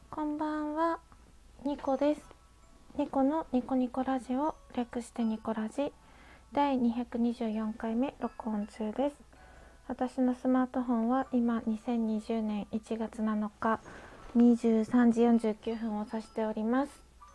こんばんは、ニコです。ニコのニコニコラジオ、略してニコラジ第224回目録音中です。私のスマートフォンは今2020年1月7日23時49分を指しております。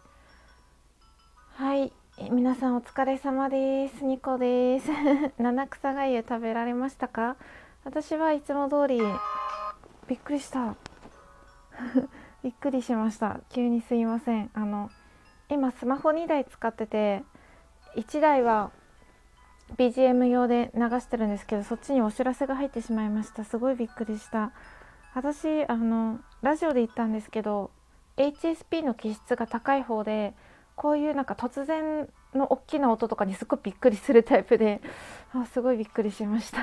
はい、皆さんお疲れ様です。ニコです七草がゆ食べられましたか？私はいつも通りびっくりしたびっくりしました。急にすいません。今スマホ2台使ってて、1台は BGM 用で流してるんですけど、そっちにお知らせが入ってしまいました。すごいびっくりした。私ラジオで言ったんですけど、 HSP の気質が高い方で、こういうなんか突然の大きな音とかにすごいびっくりするタイプで、すごいびっくりしました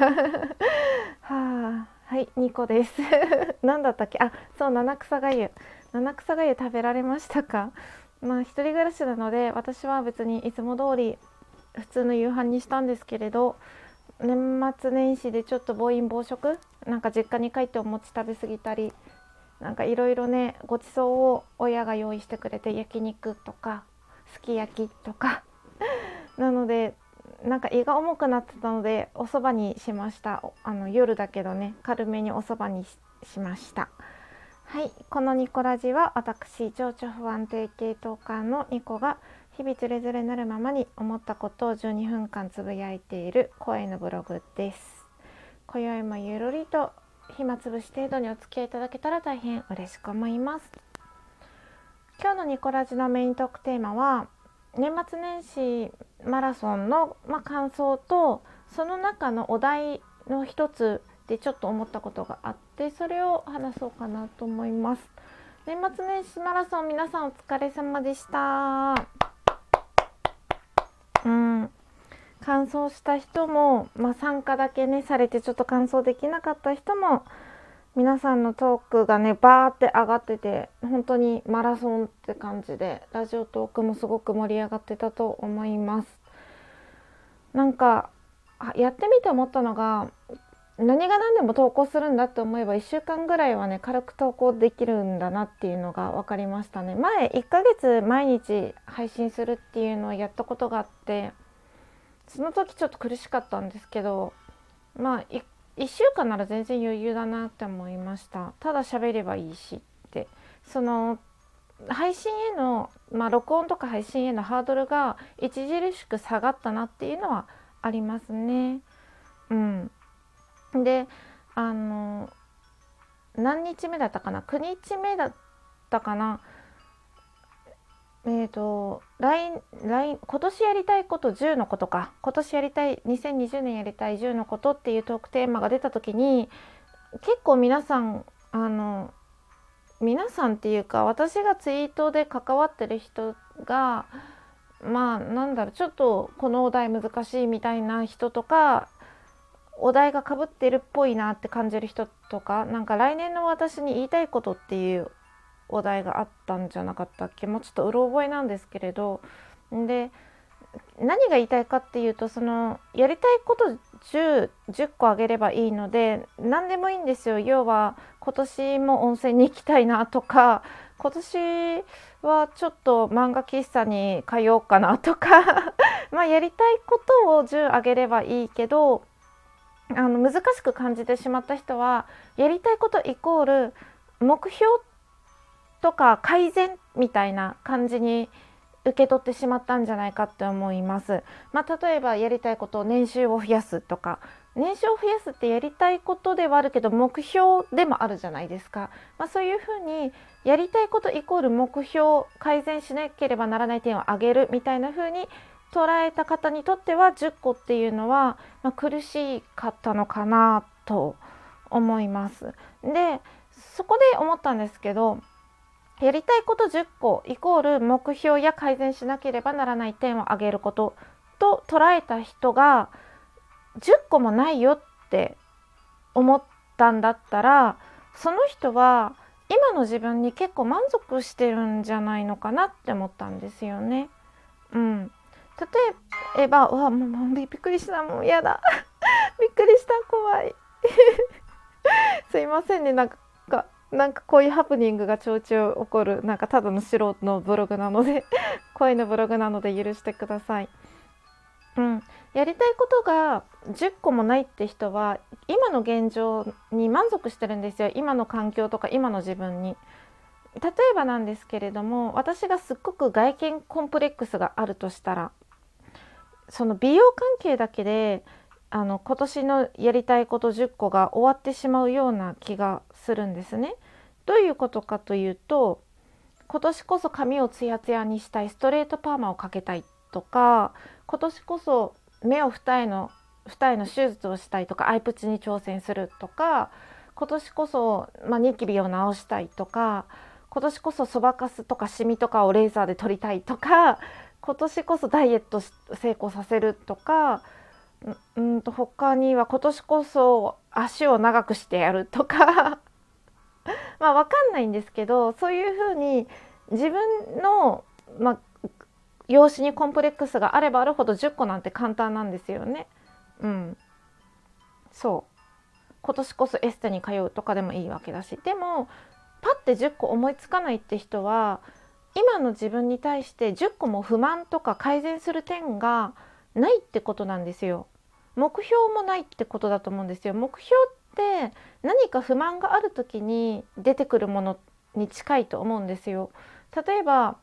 はい、2個です何だったっけ？そう、七草がゆ食べられましたか？一人暮らしなので、私は別にいつも通り普通の夕飯にしたんですけれど、年末年始でちょっと暴飲暴食、なんか実家に帰ってお餅食べ過ぎたり、なんかいろいろね、ごちそうを親が用意してくれて、焼肉とかすき焼きとかなので、なんか胃が重くなってたのでお蕎麦にしました。夜だけどね、軽めにお蕎麦にしました。はい、このニコラジは私、情緒不安定系トーカーのニコが日々つれづれなるままに思ったことを12分間つぶやいている声のブログです。今宵もゆるりと暇つぶし程度にお付き合いいただけたら大変嬉しく思います。今日のニコラジのメイントークテーマは、年末年始マラソンの、感想と、その中のお題の一つでちょっと思ったことがあって、それを話そうかなと思います。年末年始マラソン、皆さんお疲れ様でした。完走した人も、参加だけねされてちょっと完走できなかった人も、皆さんのトークがねバーって上がってて、本当にマラソンって感じで、ラジオトークもすごく盛り上がってたと思います。なんかやってみて思ったのが、何が何でも投稿するんだって思えば1週間ぐらいはね軽く投稿できるんだなっていうのが分かりましたね。前1ヶ月毎日配信するっていうのをやったことがあって、その時ちょっと苦しかったんですけど、1週間なら全然余裕だなって思いました。ただ喋ればいいしって、その配信への、録音とか配信へのハードルが著しく下がったなっていうのはありますね。で、何日目だったかな、9日目だったかな、今年やりたいこと10のことか、今年やりたい2020年やりたい10のことっていうトークテーマが出た時に、結構皆さんっていうか、私がツイートで関わってる人が、ちょっとこのお題難しいみたいな人とか、お題が被ってるっぽいなって感じる人とか、なんか来年の私に言いたいことっていうお題があったんじゃなかったっけ？もうちょっとうろ覚えなんですけれど、で何が言いたいかっていうと、そのやりたいこと10個あげればいいので、何でもいいんですよ。要は今年も温泉に行きたいなとか、今年はちょっと漫画喫茶に通おうかなとかやりたいことを10あげればいいけど、難しく感じてしまった人は、やりたいことイコール目標とか改善みたいな感じに受け取ってしまったんじゃないかって思います。例えばやりたいことを年収を増やすとか、年収を増やすってやりたいことではあるけど目標でもあるじゃないですか。そういうふうにやりたいことイコール目標、改善しなければならない点を上げるみたいなふうに捉えた方にとっては、10個っていうのは、苦しかったのかなと思います。で、そこで思ったんですけど、やりたいこと10個イコール目標や改善しなければならない点を挙げることと捉えた人が10個もないよって思ったんだったら、その人は今の自分に結構満足してるんじゃないのかなって思ったんですよね。例えば、もうびっくりした、もうやだびっくりした、怖いすいませんね、なんかなんかこういうハプニングがちょいちょい起こる、なんかただの素人のブログなので声のブログなので許してください。うん、やりたいことが10個もないって人は今の現状に満足してるんですよ。今の環境とか今の自分に。例えばなんですけれども、私がすっごく外見コンプレックスがあるとしたら、その美容関係だけで今年のやりたいこと10個が終わってしまうような気がするんですね。どういうことかというと、今年こそ髪をツヤツヤにしたい、ストレートパーマをかけたいとか、今年こそ目を二重の手術をしたいとか、アイプチに挑戦するとか、今年こそ、ニキビを治したいとか、今年こそそばかすとかシミとかをレーザーで取りたいとか、今年こそダイエット成功させるとか、他には今年こそ足を長くしてやるとかわかんないんですけど、そういうふうに自分の、容姿にコンプレックスがあればあるほど10個なんて簡単なんですよね。そう今年こそエステに通うとかでもいいわけだし、でもパッて10個思いつかないって人は、今の自分に対して10個も不満とか改善する点がないってことなんですよ。目標もないってことだと思うんですよ。目標って何か不満がある時に出てくるものに近いと思うんですよ。例えば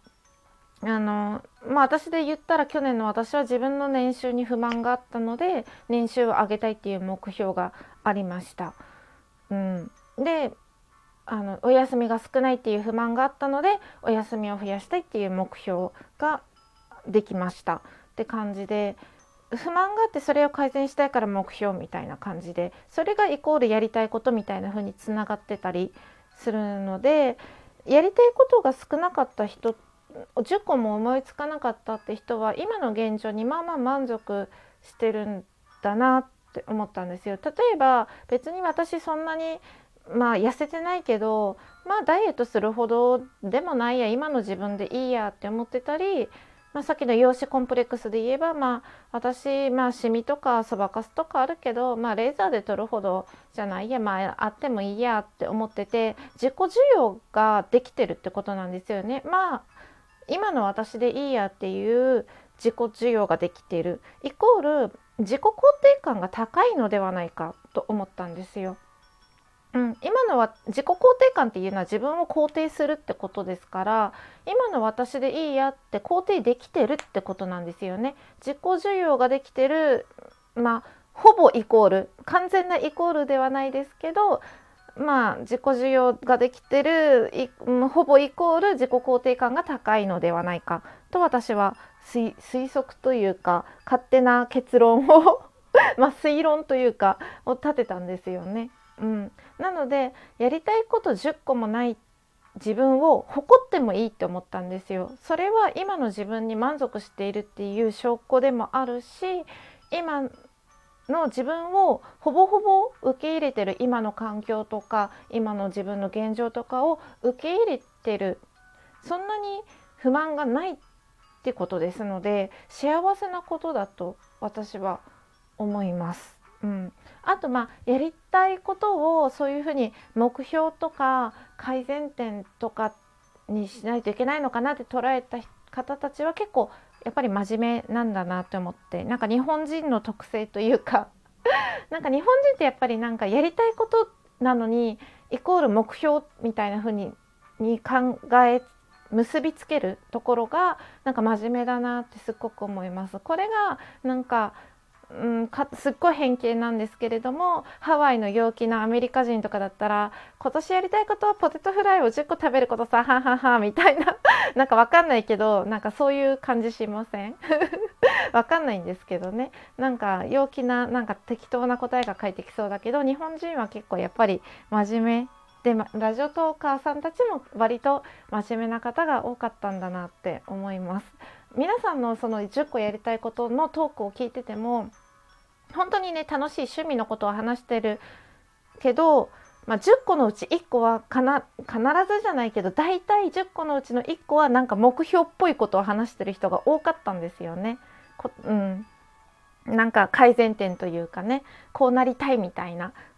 私で言ったら、去年の私は自分の年収に不満があったので、年収を上げたいっていう目標がありました。でお休みが少ないっていう不満があったので、お休みを増やしたいっていう目標ができましたって感じで、不満があってそれを改善したいから目標みたいな感じで、それがイコールやりたいことみたいな風につながってたりするので、やりたいことが少なかった人、10個も思いつかなかったって人は、今の現状に満足してるんだなって思ったんですよ。例えば別に私そんなに痩せてないけど、ダイエットするほどでもないや、今の自分でいいやって思ってたり、さっきの容姿コンプレックスで言えば、私、シミとかそばかすとかあるけど、レーザーで取るほどじゃないや、あってもいいやって思ってて、自己需要ができてるってことなんですよね。今の私でいいやっていう自己需要ができているイコール自己肯定感が高いのではないかと思ったんですよ。今のは自己肯定感っていうのは自分を肯定するってことですから、今の私でいいやって肯定できてるってことなんですよね。自己需要ができてる、ほぼイコール、完全なイコールではないですけど、自己需要ができてるほぼイコール自己肯定感が高いのではないかと、私は推測というか勝手な結論を推論というかを立てたんですよね。なのでやりたいこと10個もない自分を誇ってもいいって思ったんですよ。それは今の自分に満足しているっていう証拠でもあるし、今の自分をほぼほぼ受け入れてる、今の環境とか今の自分の現状とかを受け入れてる、そんなに不満がないってことですので、幸せなことだと私は思います。あとやりたいことをそういうふうに目標とか改善点とかにしないといけないのかなって捉えた方たちは結構やっぱり真面目なんだなって思って、なんか日本人の特性というかなんか日本人ってやっぱりなんかやりたいことなのにイコール目標みたいな風に考え結びつけるところがなんか真面目だなってすっごく思います。これがなんかすっごい偏見なんですけれども、ハワイの陽気なアメリカ人とかだったら、今年やりたいことはポテトフライを10個食べることさ、はははみたいななんかわかんないけど、なんかそういう感じしませんわかんないんですけどね。なんか陽気な、なんか適当な答えが返ってきそうだけど、日本人は結構やっぱり真面目で、ラジオトーカーさんたちも割と真面目な方が多かったんだなって思います。皆さんのその10個やりたいことのトークを聞いてても、本当にね、楽しい趣味のことを話してるけど、10個のうち1個は必ずじゃないけど、大体10個のうちの1個はなんか目標っぽいことを話してる人が多かったんですよね。なんか改善点というかね、こうなりたいみたいな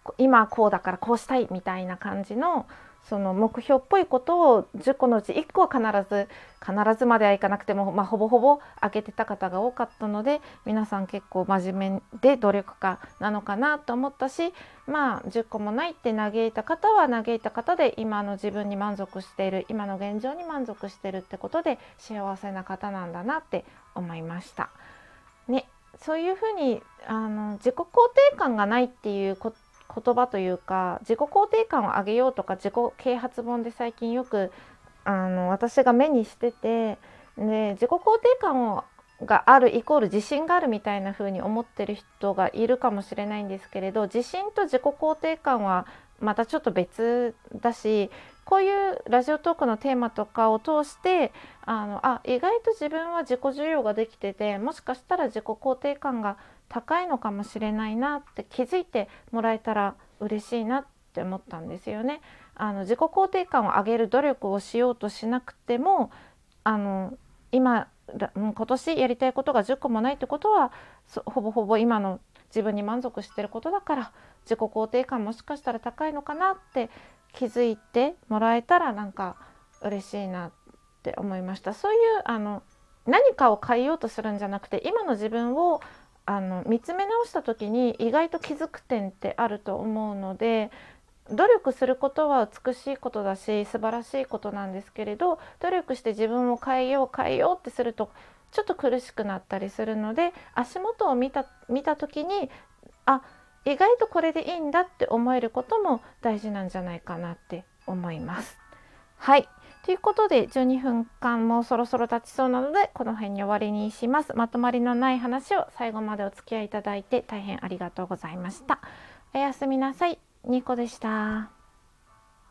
今こうだからこうしたいみたいな感じのその目標っぽいことを10個のうち1個は必ずまではいかなくても、ほぼほぼ上げてた方が多かったので、皆さん結構真面目で努力家なのかなと思ったし、10個もないって嘆いた方は嘆いた方で、今の自分に満足している、今の現状に満足しているってことで幸せな方なんだなって思いましたね。そういうふうに自己肯定感がないっていう言葉というか、自己肯定感を上げようとか、自己啓発本で最近よく私が目にしてて、で自己肯定感があるイコール自信があるみたいな風に思ってる人がいるかもしれないんですけれど、自信と自己肯定感はまたちょっと別だし、こういうラジオトークのテーマとかを通して意外と自分は自己需要ができてて、もしかしたら自己肯定感が高いのかもしれないなって気づいてもらえたら嬉しいなって思ったんですよね。自己肯定感を上げる努力をしようとしなくても、今年やりたいことが10個もないってことはほぼほぼ今の自分に満足してることだから、自己肯定感もしかしたら高いのかなって気づいてもらえたらなんか嬉しいなって思いました。そういう何かを変えようとするんじゃなくて、今の自分を見つめ直した時に意外と気づく点ってあると思うので、努力することは美しいことだし素晴らしいことなんですけれど、努力して自分を変えようってするとちょっと苦しくなったりするので、足元を見た時に意外とこれでいいんだって思えることも大事なんじゃないかなって思います。はい、ということで12分間もそろそろ経ちそうなので、この辺に終わりにします。まとまりのない話を最後までお付き合いいただいて大変ありがとうございました。おやすみなさい。ニコでした。